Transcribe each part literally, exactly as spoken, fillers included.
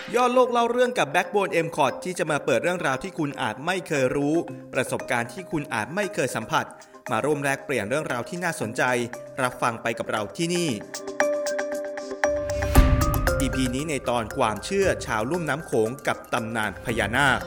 ย่อโลกเล่าเรื่องกับ Backbone เอ็ม ซี โอ ที ที่จะมาเปิดเรื่องราวที่คุณอาจไม่เคยรู้ประสบการณ์ที่คุณอาจไม่เคยสัมผัสมาร่วมแลกเปลี่ยนเรื่องราวที่น่าสนใจรับฟังไปกับเราที่นี่ อี พี นี้ในตอนความเชื่อชาวลุ่มน้ำโขงกับตำนานพญานาค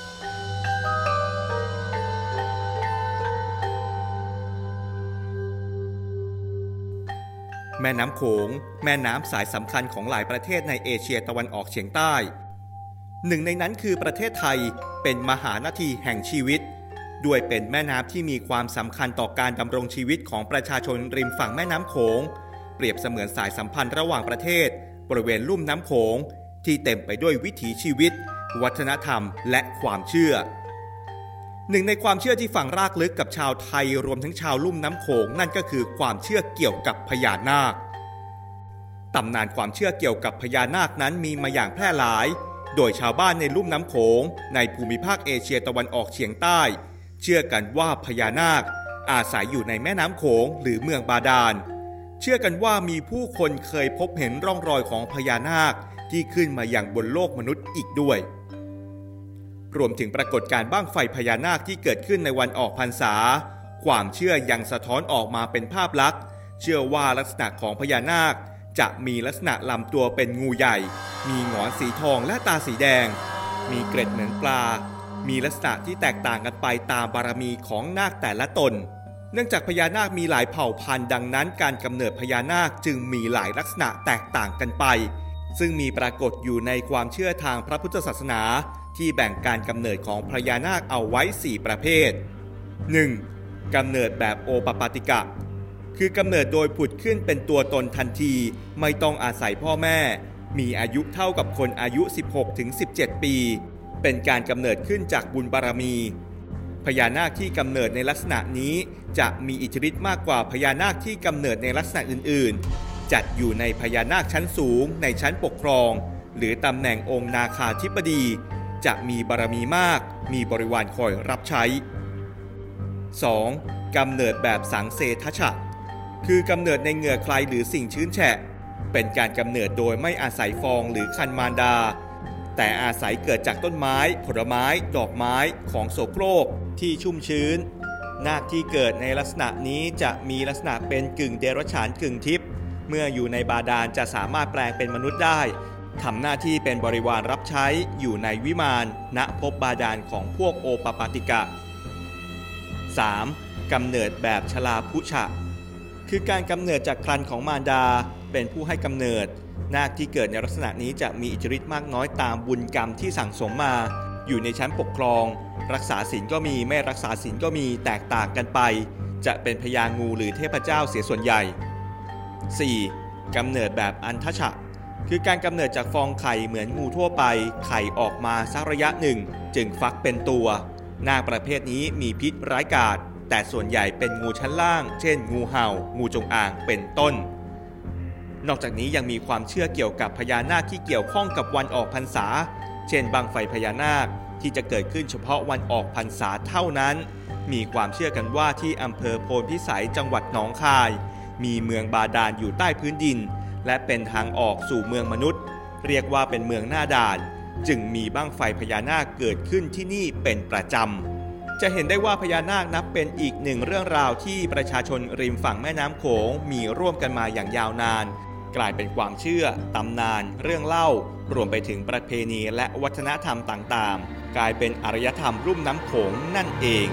แม่น้ำโขงแม่น้ำสายสำคัญของหลายประเทศในเอเชียตะวันออกเฉียงใต้หนึ่งในนั้นคือประเทศไทยเป็นมหานาทีแห่งชีวิตด้วยเป็นแม่น้ำที่มีความสำคัญต่อการดำรงชีวิตของประชาชนริมฝั่งแม่น้ำโขงเปรียบเสมือนสายสัมพันธ์ระหว่างประเทศบริเวณลุ่มน้ำโขงที่เต็มไปด้วยวิถีชีวิตวัฒนธรรมและความเชื่อหนึ่งในความเชื่อที่ฝังรากลึกกับชาวไทยรวมทั้งชาวลุ่มน้ำโขงนั่นก็คือความเชื่อเกี่ยวกับพญานาคตำนานความเชื่อเกี่ยวกับพญานาคนั้นมีมาอย่างแพร่หลายโดยชาวบ้านในลุ่มน้ำโขงในภูมิภาคเอเชียตะวันออกเฉียงใต้เชื่อกันว่าพญานาคอาศัยอยู่ในแม่น้ำโขงหรือเมืองบาดาลเชื่อกันว่ามีผู้คนเคยพบเห็นร่องรอยของพญานาคที่ขึ้นมาอย่างบนโลกมนุษย์อีกด้วยรวมถึงปรากฏการณ์บั้งไฟพญานาคที่เกิดขึ้นในวันออกพรรษาความเชื่อยังสะท้อนออกมาเป็นภาพลักษณ์เชื่อว่าลักษณะของพญานาคจะมีลักษณะลำตัวเป็นงูใหญ่มีหงอนสีทองและตาสีแดงมีเกล็ดเหมือนปลามีลักษณะที่แตกต่างกันไปตามบารมีของนาคแต่ละตนเนื่องจากพญานาคมีหลายเผ่าพันธุ์ดังนั้นการกำเนิดพญานาคจึงมีหลายลักษณะแตกต่างกันไปซึ่งมีปรากฏอยู่ในความเชื่อทางพระพุทธศาสนาที่แบ่งการกำเนิดของพญานาคเอาไว้สี่ประเภท หนึ่ง. กำเนิดแบบโอปปาติกะคือกำเนิดโดยผุดขึ้นเป็นตัวตนทันทีไม่ต้องอาศัยพ่อแม่มีอายุเท่ากับคนอายุ สิบหกถึงสิบเจ็ด ปีเป็นการกำเนิดขึ้นจากบุญบารมีพญานาคที่กำเนิดในลักษณะนี้จะมีอิทธิฤทธิ์มากกว่าพญานาคที่กำเนิดในลักษณะอื่นๆจัดอยู่ในพญานาคชั้นสูงในชั้นปกครองหรือตำแหน่งองค์นาคาธิบดีจะมีบารมีมากมีบริวารคอยรับใช้ สอง. กำเนิดแบบสังเสทฉะคือกำเนิดในเหงื่อใครหรือสิ่งชื้นแฉะเป็นการกำเนิดโดยไม่อาศัยฟองหรือคันมารดาแต่อาศัยเกิดจากต้นไม้ผลไม้ดอกไม้ของโสโครกที่ชุ่มชื้นนาคที่เกิดในลักษณะนี้จะมีลักษณะเป็นกึ่งเดรัจฉานกึ่งทิพย์เมื่ออยู่ในบาดาลจะสามารถแปลงเป็นมนุษย์ได้ทำหน้าที่เป็นบริวารรับใช้อยู่ในวิมานณภพบาดาลของพวกโอปปาติกะ สาม. กำเนิดแบบชลาภุฉะคือการกำเนิดจากครรภ์ของมารดาเป็นผู้ให้กำเนิดนาคที่เกิดในลักษณะนี้จะมีอิทธิฤทธิ์มากน้อยตามบุญกรรมที่สั่งสมมาอยู่ในชั้นปกครองรักษาศีลก็มีไม่รักษาศีลก็มีแตกต่างกันไปจะเป็นพญางูหรือเทพเจ้าเสียส่วนใหญ่ สี่. กำเนิดแบบอันทฉะคือการกำเนิดจากฟองไข่เหมือนงูทั่วไปไข่ออกมาสักระยะหนึ่งจึงฟักเป็นตัวนาคประเภทนี้มีพิษร้ายกาจแต่ส่วนใหญ่เป็นงูชั้นล่างเช่นงูเห่างูจงอางเป็นต้นนอกจากนี้ยังมีความเชื่อเกี่ยวกับพญานาคที่เกี่ยวข้องกับวันออกพรรษาเช่นบั้งไฟพญานาคที่จะเกิดขึ้นเฉพาะวันออกพรรษาเท่านั้นมีความเชื่อกันว่าที่อำเภอโพนพิสัยจังหวัดหนองคายมีเมืองบาดาลอยู่ใต้พื้นดินและเป็นทางออกสู่เมืองมนุษย์เรียกว่าเป็นเมืองหน้าด่านจึงมีบั้งไฟพญานาคเกิดขึ้นที่นี่เป็นประจำจะเห็นได้ว่าพญานาคนับเป็นอีกหนึ่งเรื่องราวที่ประชาชนริมฝั่งแม่น้ำโขงมีร่วมกันมาอย่างยาวนานกลายเป็นความเชื่อตำนานเรื่องเล่ารวมไปถึงประเพณีและวัฒนธรรมต่างๆกลายเป็นอารยธรรมลุ่มน้ำโขงนั่นเอง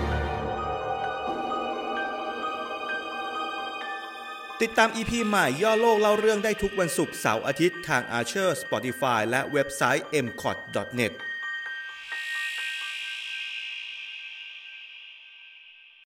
ติดตาม อี พี ใหม่ย่อโลกเล่าเรื่องได้ทุกวันศุกร์เสาร์อาทิตย์ทาง Archer Spotify และเว็บไซต์ เอ็ม ซี โอ ที ดอท เน็ต